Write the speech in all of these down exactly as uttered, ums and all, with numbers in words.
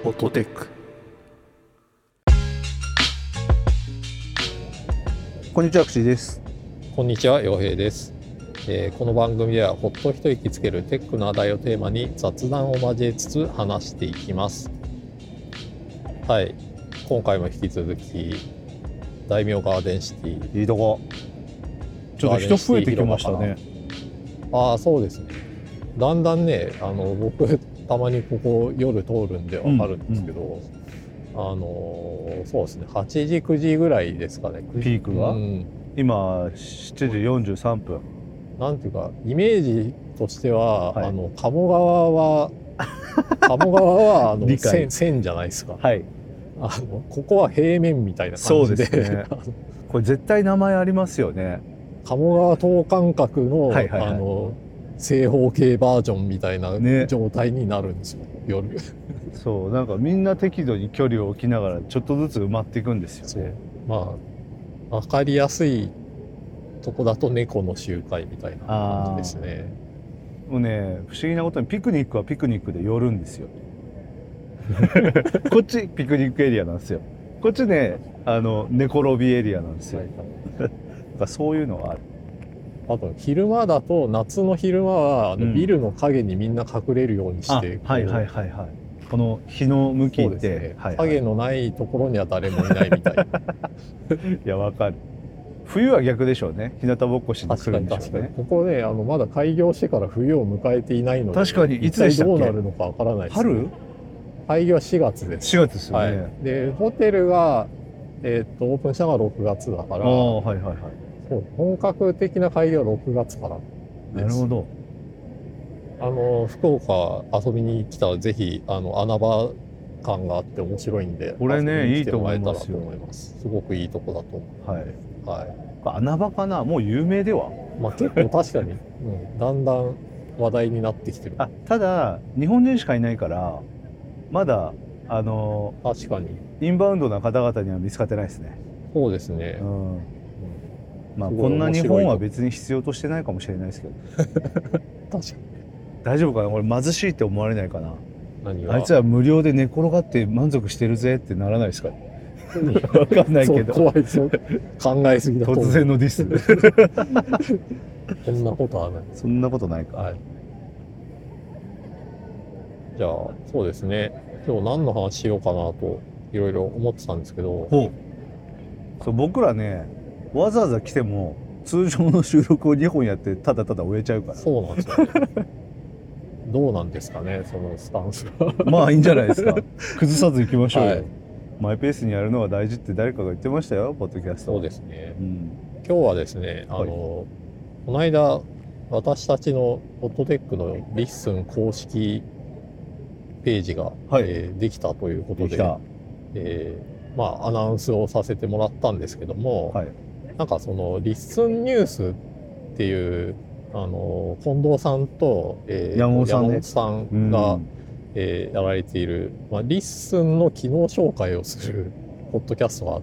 フォトテック。こんにちは、くしです。 こんにちは、陽平です。えー、この番組ではほっと一息つけるテックの話題をテーマに雑談を交えつつ話していきます。はい、今回も引き続き大名ガーデンシティ、 いいとこ。ちょっと人増えてきましたね。 ああ、そうですね。だんだんね、あの僕たまにここ夜通るんでわかるんですけど、うんうん、あのそうですね、はちじくじぐらいですかね、 ピークが、うん、今しちじよんじゅうさんぷん。 なんていうかイメージとしては、はい、あの鴨川は鴨川はあの線, 線じゃないですか、はい、あのここは平面みたいな感じで、そうですねこれ絶対名前ありますよね。 鴨川等間隔の、はいはいはい、あの正方形バージョンみたいな状態になるんですよ、ね、夜そうなんかみんな適度に距離を置きながらちょっとずつ埋まっていくんですよね。 そう、まあ分かりやすいとこだと猫の集会みたいな感じですね。 もうね、不思議なことにピクニックはピクニックで寄るんですよこっちピクニックエリアなんですよ、こっちねあの寝転びエリアなんですよ、はい、だからそういうのがある。 あと昼間だと夏の昼間はあのビルの影にみんな隠れるようにして、うん、 はいはいはいはい、この日の向きで、ね、 はいはい、影のないところには誰もいないみたいないやわかる。冬は逆でしょうね。日向ぼっこしに来るんでしょうね。 ここね、あのまだ開業してから冬を迎えていないので、 確かにいつでしたっけ？ どうなるのかわからないです、ね。 春？ 開業はしがつです。 しがつですよね。 はい、でホテルが、えー、っとオープンしたのがろくがつだから、あ、 はいはいはい、 そう本格的な開業はろくがつからです。 なるほど。 あの福岡遊びに来たらぜひあの穴場感があって面白いんで、 これねいいと思いますよ。 すごくいいとこだと思う。はいはい。 穴場かな、もう有名では、 まあ、結構確かに、うん、だんだん話題になってきてる。 あ、ただ日本人しかいないからまだあの確かにインバウンドな方々には見つかってないですね。 そうですね、うん、 まあこんな日本は別に必要としてないかもしれないですけど確かに大丈夫かな、これ貧しいって思われないかな。 何が？ あいつは無料で寝転がって満足してるぜってならないですかねわかんないけど怖いですよ、考えすぎだと突然のディスそんなことはない。 そんなことないか、はい、 じゃあそうですね、今日何の話しようかなといろいろ思ってたんですけど、 ほう、そう僕らねわざわざ来ても通常の収録をにほんやってただただ終えちゃうから。 そうなんですよ、ね、どうなんですかね、そのスタンスがまあいいんじゃないですか崩さずいきましょうよ、はい、マイペースにやるのが大事って誰かが言ってましたよ、ポッドキャスト。 そうですね、うん、今日はですね、あの、はい、この間私たちのポッドテックのリッスン公式ページが、はい、えー、できたということで、えー、まあアナウンスをさせてもらったんですけども、はい、なんかそのリッスンニュースっていうあの近藤さんと、えー、山本さん、ね、山本さんが、えー、やられている、まあ、リッスンの機能紹介をするポッドキャストがあって、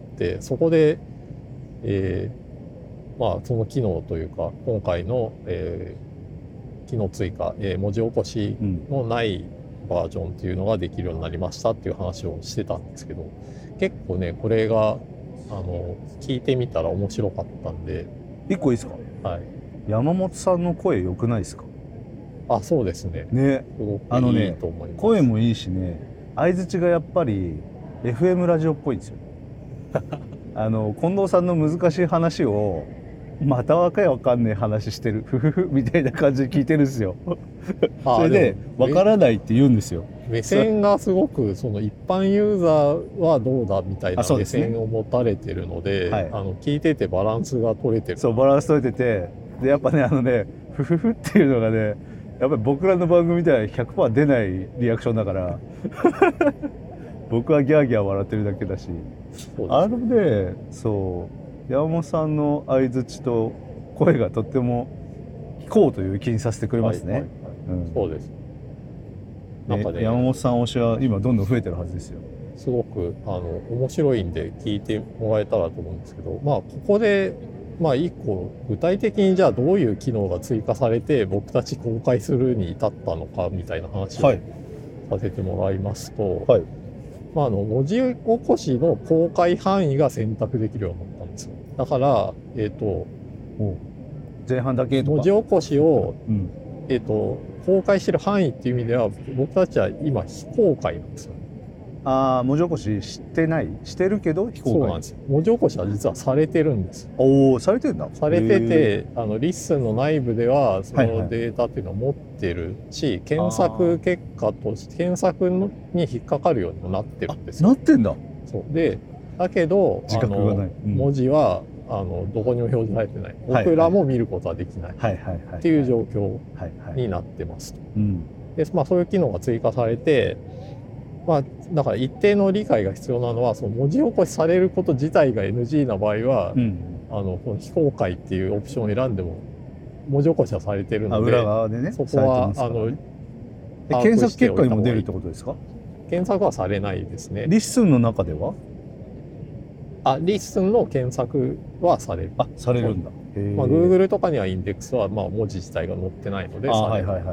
そこで、えー、まあその機能というか今回の、えー、機能追加、えー、文字起こしのないバージョンっていうのができるようになりましたっていう話をしてたんですけど、結構ねこれがあの聞いてみたら面白かったんで。 一個いいですか？はい。山本さんの声良くないですか？ あ、そうですね。 ね、 すごくいいと思います。 声もいいしね、相槌がやっぱり エフエム ラジオっぽいんですよあの近藤さんの難しい話をまたわかやわかんねえ話してるふふふみたいな感じで聞いてるんですよそれでわからないって言うんですよ。 目線がすごくその一般ユーザーはどうだみたいな目線を持たれてるので、はい、あの聞いててバランスが取れてる。 そうバランス取れてて、でやっぱねあのねふふふっていうのがねやっぱり僕らの番組では ひゃくパーセント 出ないリアクションだから僕はギャーギャー笑ってるだけだし、あのでそう山本さんの相槌と声がとっても聞こうという気にさせてくれますね。 そうです。 なんかね、山本さん推しは今どんどん増えてるはずですよ。 すごくあの面白いんで聞いてもらえたらと思うんですけど、まあここでまあ一個具体的にじゃあどういう機能が追加されて僕たち公開するに至ったのかみたいな話をさせてもらいますと、はい、 まあ、あの文字起こしの公開範囲が選択できるようになったんですよ。だから、えっと、 前半だけとか文字起こしを、 うん、 えっと、公開してる範囲っていう意味では、僕たちは今非公開なんですよ。 ああ、文字起こししてないしてるけど非公開。 そうなんですよ。文字起こしは実はされてるんです。 おお、されてんだ。 されてて、あのリッスンの内部ではそはいはいのデータっていうのを持ってるし、検索結果として検索に引っかかるようにもなってるんですよ。 なってんだ。 そうで、だけど自覚がない、 あの文字はあのどこにも表示されてない、 はいはい、 僕らも見ることはできないっていう状況になってますと。で、まあ、そういう機能が追加されて、まあ、だから一定の理解が必要なのは、その文字起こしされること自体が エヌジー な場合は、うん、あのこの非公開っていうオプションを選んでも文字起こしはされてるので、 裏側でね、 そこは、ね、あの検索結果にも出るってことですか？ 検索はされないですね。 リッスンの中では？ あ、リッスンの検索はされる。 あ、されるんだ。 まあ、Google とかにはインデックスはまあ文字自体が載ってないので、 あ、はいはいはいはい。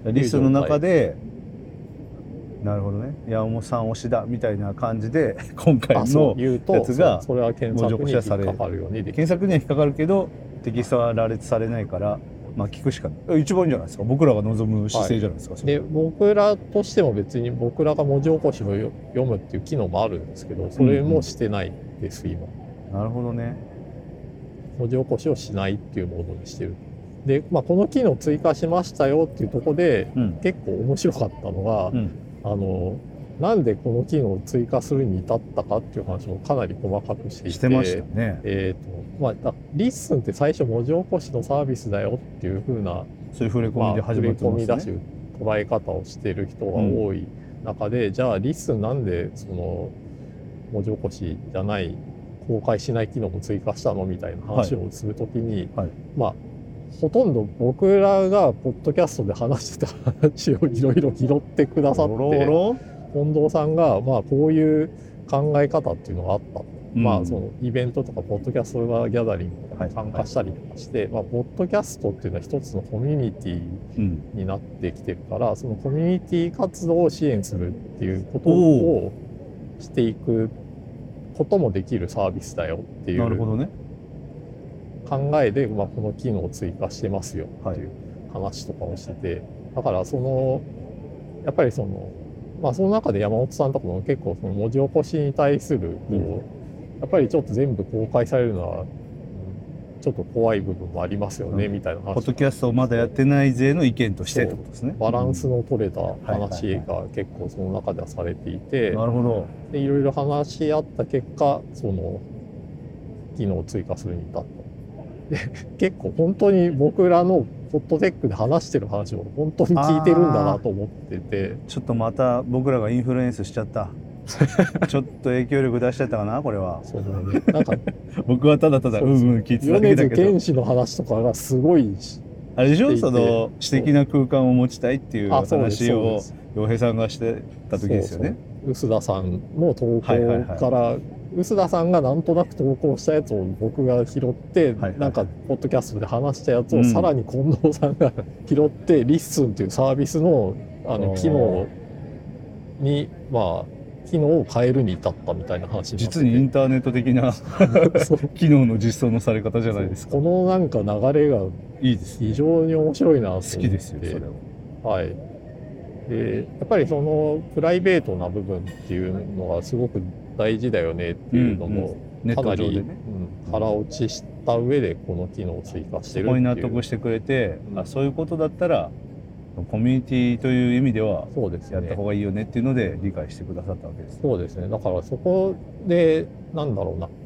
リッスンの中で、なるほどね、山本さん推しだみたいな感じで今回のやつがそれは検索に引っかかるようにできる。 検索には引っかかるけどテキストは羅列されないから、まあ、聞くしかない。一番いいんじゃないですか。僕らが望む姿勢じゃないですか。 はい、で僕らとしても別に僕らが文字起こしを読むっていう機能もあるんですけど、それもしてないです、うんうん、今。 なるほどね。 文字起こしをしないっていうモードにしてる。で、まあ、この機能追加しましたよっていうところで、うん、結構面白かったのが、うん、あのなんでこの機能を追加するに至ったかっていう話もかなり細かくしていて、 してましたね。 えーとまあ、リッスンって最初文字起こしのサービスだよっていう風な、 そういう触れ込みで始まってますね。 まあ、触れ込みだし捉え方をしている人が多い中で、うん、じゃあリッスンなんでその文字起こしじゃない公開しない機能も追加したのみたいな話をするときに、はいはい、まあほとんど僕らがポッドキャストで話してた話をいろいろ拾ってくださって、近藤さんがまあこういう考え方っていうのがあった、うん、まあそのイベントとかポッドキャストギャザリングとかに参加したりとかして、はいはい、まあポッドキャストっていうのは一つのコミュニティになってきてるから、うん、そのコミュニティ活動を支援するっていうことをしていくこともできるサービスだよっていう。 なるほどね。 考えで、まあ、この機能を追加してますよっていう話とかをしてて、だからそのやっぱりそのまあその中で山本さんとかも結構その文字起こしに対するこう、うん、やっぱりちょっと全部公開されるのはちょっと怖い部分もありますよね、うん、みたいな話。 ポッドキャストをまだやってない勢の意見としてってことですね。 バランスの取れた話が結構その中ではされていて、 なるほど。 でいろいろ話し合った結果その機能を追加するに至った。で結構本当に僕らのポッドテックで話してる話を本当に聞いてるんだなと思ってて、 ちょっとまた僕らがインフルエンスしちゃったちょっと影響力出しちゃったかなこれは。 そうだね。なんか僕はただただうんうん聞いてただけだけど、 米津玄師の話とかがすごいあれでしょ、その私的な空間を持ちたいっていう話を洋平さんがしてた時ですよね。 そうそう、臼田さんの投稿から、はいはいはい、臼田さんがなんとなく投稿したやつを僕が拾って、はいはい、なんかポッドキャストで話したやつを、うん、さらに近藤さんが拾ってリッスンっていうサービスのあの機能にまあ機能を変えるに至ったみたいな話になってて、 実にインターネット的な機能の実装のされ方じゃないですか。 このなんか流れがいいです、ね、 非常に面白いなと思って。 好きですよそれは。 はい。でやっぱりそのプライベートな部分っていうのがすごく大事だよねっていうのもかなり、うんうんね、うん、腹落ちした上でこの機能を追加してるっていう。 そこに納得してくれて、うん、あそういうことだったらコミュニティという意味ではやった方がいいよねっていうので理解してくださったわけです。 そうですね。だからそこでなんだろうな、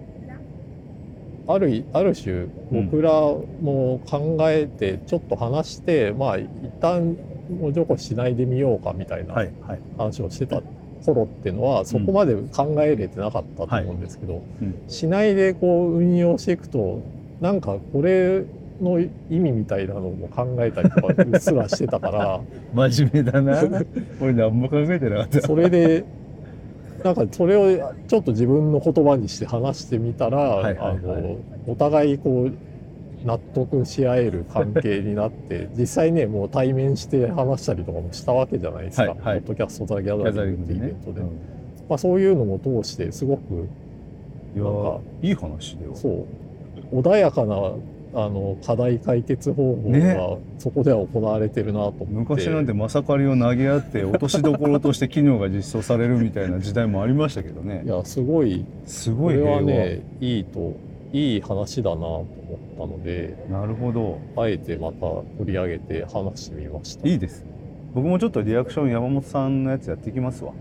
あるある種僕らも考えてちょっと話して、うん、まあ一旦文字起こししないでみようかみたいな話をしてた頃っていうのはそこまで考えれてなかったと思うんですけど、はいうん、しないでこう運用していくとなんかこれの意味みたいなのも考えたりとかうっすらしてたから真面目だな俺何も考えてなかった。 それでなんかそれをちょっと自分の言葉にして話してみたら、はいはいはい、あのお互いこう納得し合える関係になって実際ねもう対面して話したりとかもしたわけじゃないですか、 はいはい、 ポッドキャストザ・ギャザリングっていうイベントで、 ね、うん、 まあ、そういうのも通してすごくいやなんかいい話だよ。 そう穏やかなあの課題解決方法がそこでは行われてるなと思って、ね、 昔なんてまさかりを投げ合って落としどころとして機能が実装されるみたいな時代もありましたけどね。 いやすごいすごいこれはねいいといい話だなと思ったので、 なるほど、あえてまた取り上げて話してみました。 いいです。僕もちょっとリアクション山本さんのやつやっていきますわ。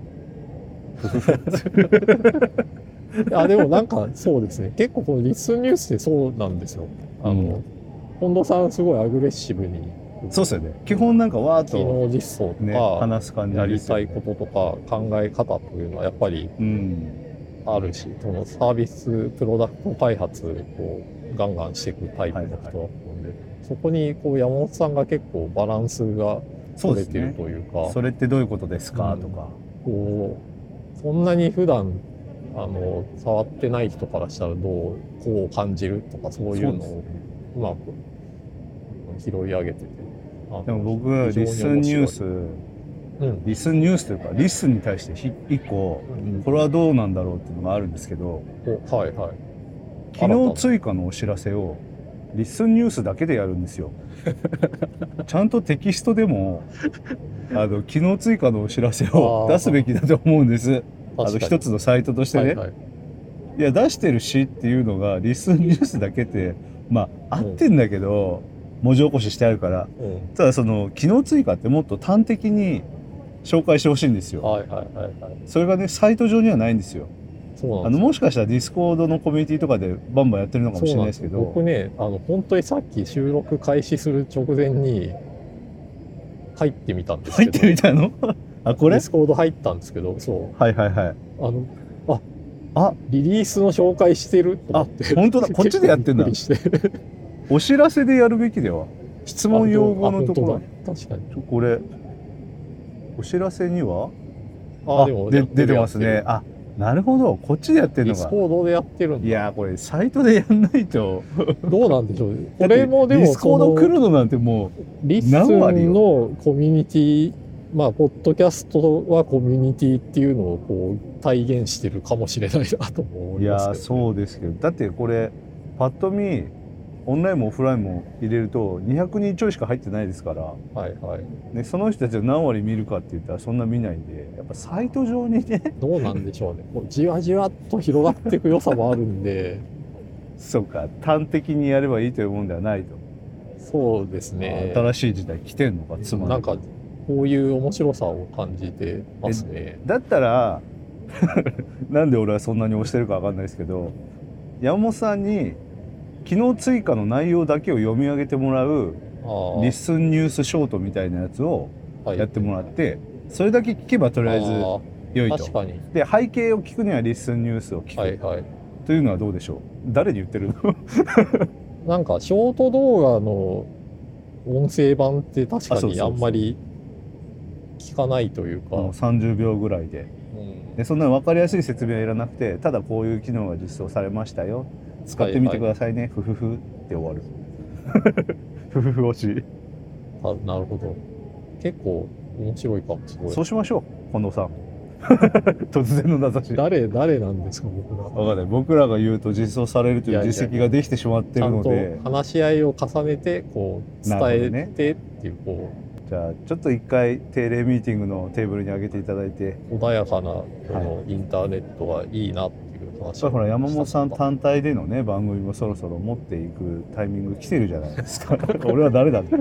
いやでもなんかそうですね結構このリスンニュースってそうなんですよ。あの、うん、近藤さんすごいアグレッシブにそうですよね。基本なんかわーっと機能実装とか、ね、 話す感じですよね。 やりたいこととか考え方というのはやっぱりあるし、うん、そのサービスプロダクト開発をガンガンしていくタイプの人だと思うんで、はいはい、そこにこう山本さんが結構バランスが取れてるというか、 そうですね、それってどういうことですか、うん、とかこうそんなに普段あの触ってない人からしたらどうこう感じるとかそういうのをうまく拾い上げてて、 でも僕リスンニュース、うん、リスンニュースというかリスンに対して一個、うん、これはどうなんだろうっていうのがあるんですけど、 はいはい、 機能追加のお知らせをリスンニュースだけでやるんですよ。ちゃんとテキストでもあの機能追加のお知らせを出すべきだと思うんです。あの一つのサイトとしてね、はいはい、いや出してるしっていうのがリスンニュースだけってまあ合ってんだけど、うん、文字起こししてあるから、うん、ただその機能追加ってもっと端的に紹介してほしいんですよ、はいはいはいはい、それがねサイト上にはないんですよ。そうなんです。あのもしかしたらディスコードのコミュニティとかでバンバンやってるのかもしれないですけど、 僕ねあの本当にさっき収録開始する直前に入ってみたんですけど、 入ってみたのあ、これディスコード入ったんですけど、そうはいはいはい、 あのああリリースの紹介してると思って、 あ本当だこっちでやってんだお知らせでやるべきでは、質問用語のところ、 確かにこれお知らせにはあでもで出てますね。あなるほど、こっちでやってるのがディスコードでやってるんだ。 いやこれサイトでやんないとどうなんでしょうね。これもでもディスコード来るのなんてもうリッスンのコミュニティ、まあポッドキャストはコミュニティっていうのをこう体現してるかもしれないなと思いますけど、ね、いやそうですけど、だってこれパッと見オンラインもオフラインも入れるとにひゃくにんちょいしか入ってないですから、はいはいね、その人たちを何割見るかって言ったらそんな見ないんで、やっぱサイト上にねどうなんでしょうね、こうじわじわっと広がっていく良さもあるんでそうか、端的にやればいいというもんではないと。 そうですね、 新しい時代来てんのか、つまりなんかこういう面白さを感じてますね。 だったらなんで俺はそんなに推してるか分かんないですけど、山本さんに機能追加の内容だけを読み上げてもらうリスンニュースショートみたいなやつをやってもらって、はい、それだけ聞けばとりあえず良いと。確かに。で背景を聞くにはリスンニュースを聞く、はいはい、というのはどうでしょう。誰に言ってるのなんかショート動画の音声版って確かにあんまり聞かないというか、 もうさんじゅうびょうぐらいで、うん、でそんな分かりやすい説明はいらなくて、ただこういう機能が実装されましたよ、使ってみてくださいね、はいはい、ふふふって終わるふふふ推し。 あ、なるほど、結構面白いかもしれない。 そうしましょう、近藤さん突然の名指し。 誰誰なんですか、僕ら。 分かんない、僕らが言うと実装されるという実績ができてしまってるので、いやいやいや、 ちゃんと話し合いを重ねてこう伝えてっていう、こう、 じゃあちょっと一回定例ミーティングのテーブルに上げていただいて、 穏やかなこのインターネットはいいなっていう話を、 ほら山本さん単体でのね番組もそろそろ持っていくタイミング来てるじゃないですか俺は誰だって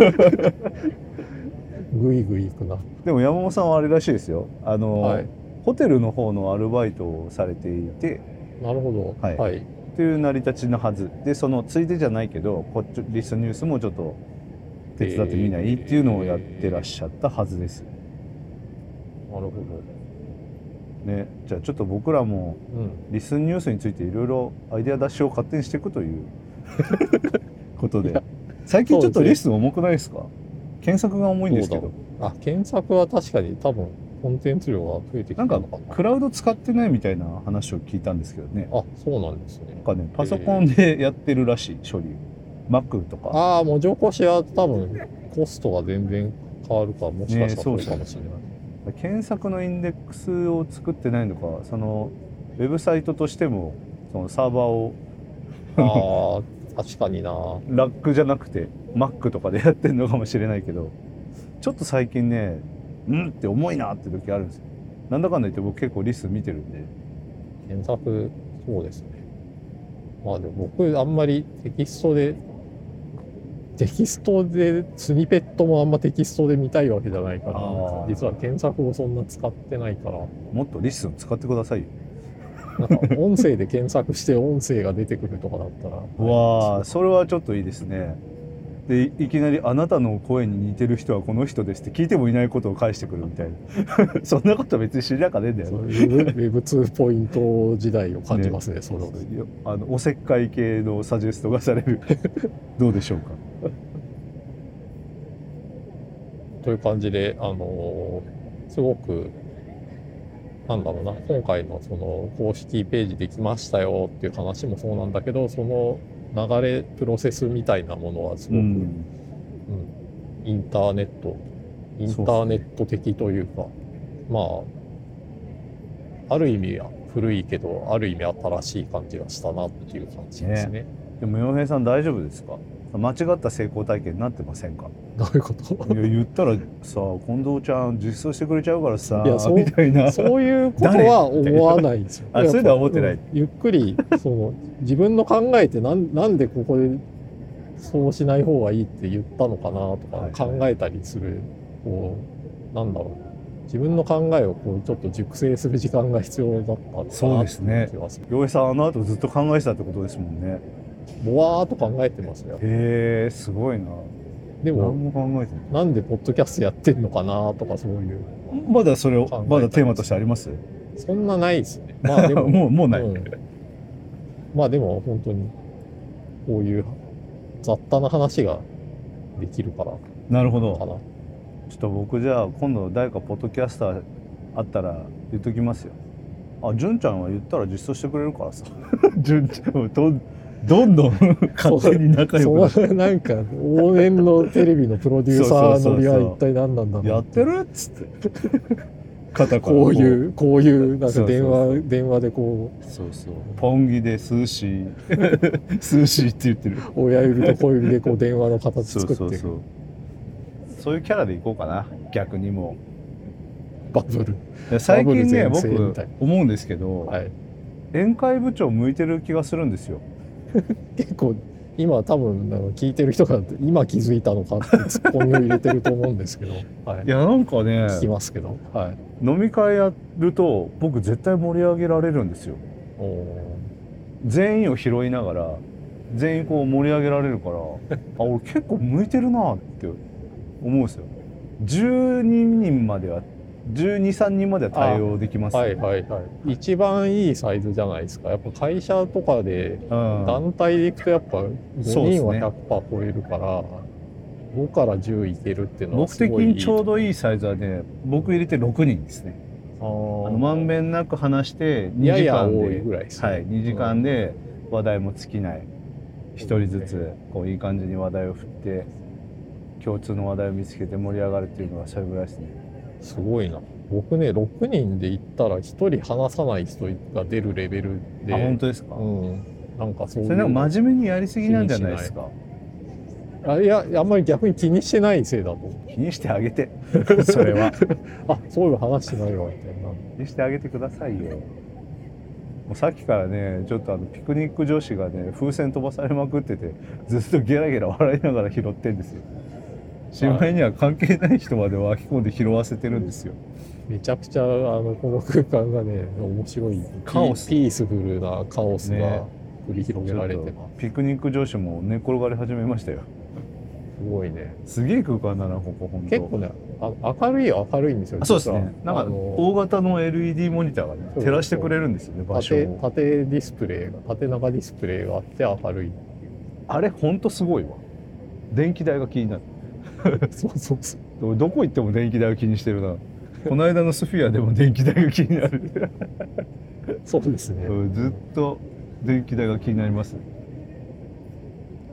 ぐいぐいいくな。 でも山本さんはあれらしいですよ、あの、はい、ホテルの方のアルバイトをされていて。 なるほど、はい、はい、 という成り立ちのはずで、そのついでじゃないけどこっちリストニュースもちょっと手伝ってみないっていうのをやってらっしゃったはずです、 えー、なるほどね。じゃあちょっと僕らもリスンニュースについていろいろアイデア出しを勝手にしていくということで、最近ちょっとリスン重くないですか。検索が重いんですけど。 あ、検索は確かに多分コンテンツ量が増えてきたのかな。 なんかクラウド使ってないみたいな話を聞いたんですけどね。 あ、そうなんですね。 なんかね、パソコンでやってるらしい、処理。 Mac とか。 ああ、文字起こしは多分コストが全然変わるから、もしかしたらそうかもしれない。 検索のインデックスを作ってないのか、そのウェブサイトとしてもそのサーバーをああ、確かにな。 ラックじゃなくて Mac とかでやってるのかもしれないけど、ちょっと最近ね、うんって重いなって時あるんですよ。なんだかんだ言って僕結構リス見てるんで。 検索、そうですね。まあでも僕あんまりテキストで、テキストで、スニペットもあんまテキストで見たいわけじゃないから、実は検索をそんな使ってないから。 もっとリスン使ってくださいよ。 なんか音声で検索して音声が出てくるとかだったら。 わあ、それはちょっといいですね。で い, いきなりあなたの声に似てる人はこの人ですって聞いてもいないことを返してくるみたいなそんなこと別に知りたかねえんだよ、ね、 ウェブツーポイント時代を感じますね、ね、そのあのおせっかい系のサジェストがされるどうでしょうかという感じで、あのー、すごくなんだろうな、今回のその公式ページできましたよっていう話もそうなんだけど、その流れプロセスみたいなものはすごく、うんうん、インターネットインターネット的というか、まあある意味は古いけどある意味新しい感じがしたなっていう感じですね。 ね、でも洋平さん大丈夫ですか？間違った成功体験になってませんか？ どういうこと？ いや言ったらさ、近藤ちゃん実装してくれちゃうからさ、 いやそうみたいな、 そういうことは思わないんですよ。 あ、そういうのは思ってない。 ゆっくりその自分の考えてなん、なんでここでそうしない方がいいって言ったのかなとか考えたりする、はいはい、こうなんだろう、自分の考えをこうちょっと熟成する時間が必要だったのかなってそうですね。洋平さんあの後ずっと考えてたってことですもんね。 ぼわーっと考えてますよ。 へえ、すごいな。 でも何も考えてない。 なんでポッドキャストやってんのかなとかそういう。 まだそれをまだテーマとしてあります？ そんなないですね。まあでももうもうない、 うん。まあでも本当にこういう雑多な話ができるから。 なるほど。ちょっと僕じゃあ今度誰かポッドキャスターあったら言っときますよ。あ、純ちゃんは言ったら実装してくれるからさ。純ちゃんどどんどん勝手に仲良くなって。 なんか往年のテレビのプロデューサーのりは一体何なんだろう。 やってるっつって。肩からこういうこういうなんか電話そうそうそう電話でこうそうそうポンギで数詞数詞って言ってる。 親指と小指でこう電話の形作ってる。 そうそうそう。そういうキャラでいこうかな、逆にもバブル。 最近ね僕思うんですけど、 はい、 宴会部長向いてる気がするんですよ。 結構今多分聞いてる人が今気づいたのかってツッコミを入れてると思うんですけど、はい、 いやなんかね聞きますけど、はい、 飲み会やると僕絶対盛り上げられるんですよ。全員を拾いながら全員こう盛り上げられるからあ、俺結構向いてるなって思うんですよ。じゅうににんまではじゅうに、さんにんまでは対応できます、ね、 はいはいはい。一番いいサイズじゃないですか。やっぱ会社とかで団体で行くとやっぱごにんは ひゃくパーセント 超えるから、ごからじゅういけるっていうのはすごいいい。 僕的にちょうどいいサイズはね、僕入れてろくにんですね。あのまんべんなく話してにじかんで、 やや多いぐらいですね。 はい、にじかんで話題も尽きない、ひとりずつこういい感じに話題を振って共通の話題を見つけて盛り上がるっていうのはそれぐらいですね。 すごいな。僕ね、ろくにんで行ったらひとり話さない人が出るレベルで。 あ、本当ですか？ うん。なんかそういう。 それなんか真面目にやりすぎなんじゃないですか？ あ、いや、あんまり逆に気にしてないせいだと。 気にしてあげて。それは。 あ、そういう話してないわみたいな。 気にしてあげてくださいよ。もうさっきからね、ちょっとあのピクニック女子がね、風船飛ばされまくってて、ずっとゲラゲラ笑いながら拾ってんですよ。しまいには関係ない人まで巻き込んで拾わせてるんですよ。 めちゃくちゃあのこの空間がね面白いカオス、 ピースフルなカオスが繰り広げられてます、ね、 ピクニック女子も寝転がり始めましたよ。 すごいね。 すげえ空間だなここ。本当結構ね、あ明るいは明るいんですよ。 そうですね。なんか大型の エルイーディー モニターが、ね、照らしてくれるんですよね。場所を縦縦ディスプレイが縦長ディスプレイがあって明るい。 あれ本当すごいわ。電気代が気になる。 そうそうそう。 どこ行っても電気代を気にしてるな。この間のスフィアでも電気代が気になる。 そうですね。 ずっと電気代が気になります。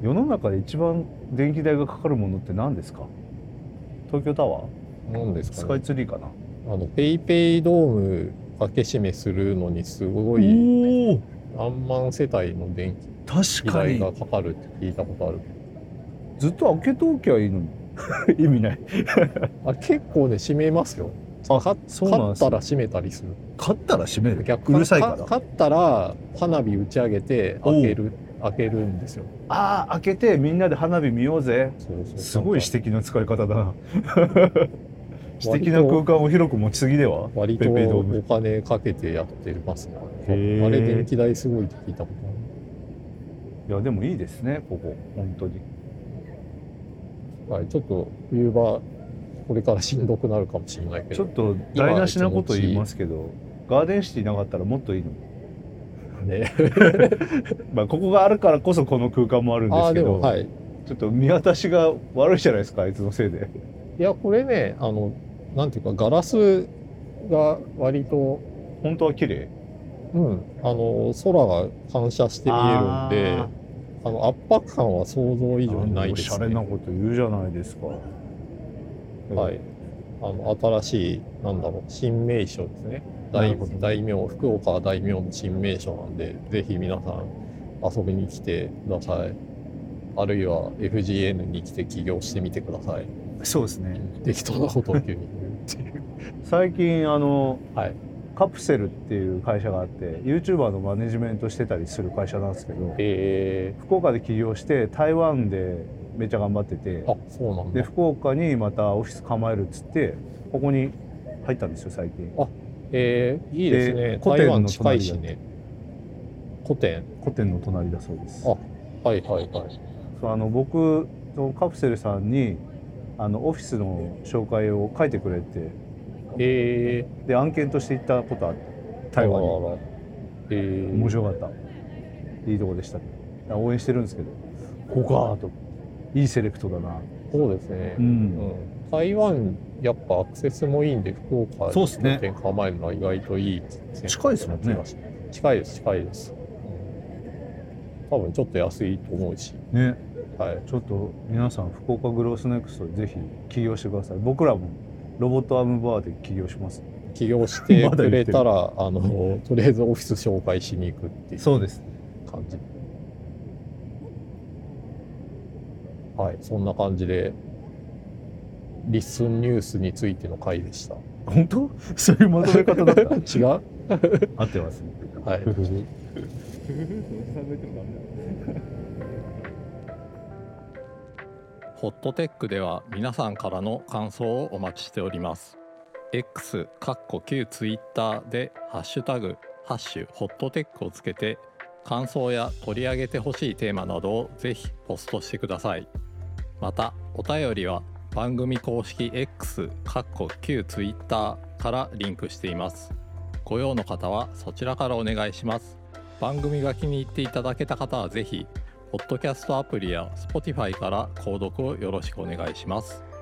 世の中で一番電気代がかかるものって何ですか？東京タワー？ なんですかね、 スカイツリーかな。 あのペイペイドーム開け閉めするのにすごいお何万世帯の電気確かに代がかかるって聞いたことある。 ずっと開けときゃいいのに意味ない。 あ、結構ね閉めますよ。 あかそうなんですね勝ったら閉めたりする。 買ったら閉める。 逆うるさいから。 勝ったら花火打ち上げて開ける開けるんですよ。 ああ開けてみんなで花火見ようぜ。 そうそう、 すごい私的な使い方だな。私割と的な空間を広く持ちすぎでは。 割とペイペイドームお金かけてやってますね。 へーあれ電気代すごいって聞いたことある。 いやでもいいですねここ本当に。 はい、ちょっと冬場これからしんどくなるかもしれないけど、 ちょっと台無しなこと言いますけど、ガーデンシティなかったらもっといいの。 ね。 まあここがあるからこそこの空間もあるんでああ、 すけど、 でもはい。 ちょっと見渡しが悪いじゃないですかあいつのせいで。 いやこれね、あのなんていうかガラスが割と、 本当は綺麗。 うん、あの空が反射して見えるんで、 ああの圧迫感は想像以上にないおですね。 しゃれなこと言うじゃないですか。 はい。あの新しいなんだろう新名所ですね。大なるほど大名福岡は大名の新名所なんで、ぜひ皆さん遊びに来てください。あるいは エフジーエヌ に来て起業してみてください。 そうですね。 適当なことを急に言うっていう。 最近あのはい。 カプセルっていう会社があって YouTuber のマネジメントしてたりする会社なんですけど、 え福岡で起業して台湾でめっちゃ頑張ってて、 ー、あ、そうなんだ。 で福岡にまたオフィス構えるっつってここに入ったんですよ最近。 あ、えー、いいですね。 古典の台湾近いしね。古典。 古典の隣だそうです。 あ、はいはいはい。 そうあの僕そのカプセルさんにあのオフィスの紹介を書いてくれて、 えで案件として行ったことあってー、 台湾に。 あらあらえー、 面白かった。いいとこでした。応援してるんですけど、ここかといいセレクトだな。 そうですね。 ううんん。台湾、やっぱアクセスもいいんで、福岡にそうっすね拠点構えるのは意外といい選近いですもんね。 近いです、近いです。うん、多分ちょっと安いと思うし。 ね、 はい。 ちょっと皆さん福岡グロースネクストでぜひ起業してください。僕らもロボットアームバーで起業します。 起業してくれたら、あの、とりあえずオフィス紹介しに行くっていうそうです。 感じ。はい、そんな感じで、リッスンニュースについての回でした。 本当？そういうまとめ方だった。 違う合ってますね。 はい。ホットテックでは皆さんからの感想をお待ちしております。X、かっこ旧ツイッターでハッシュタグ、ハッシュホットテックをつけて、感想や取り上げてほしいテーマなどをぜひポストしてください。また、お便りは番組公式 X、かっこ旧ツイッターからリンクしています。ご用の方はそちらからお願いします。番組が気に入っていただけた方はぜひ、ポッドキャストアプリや Spotify から購読をよろしくお願いします。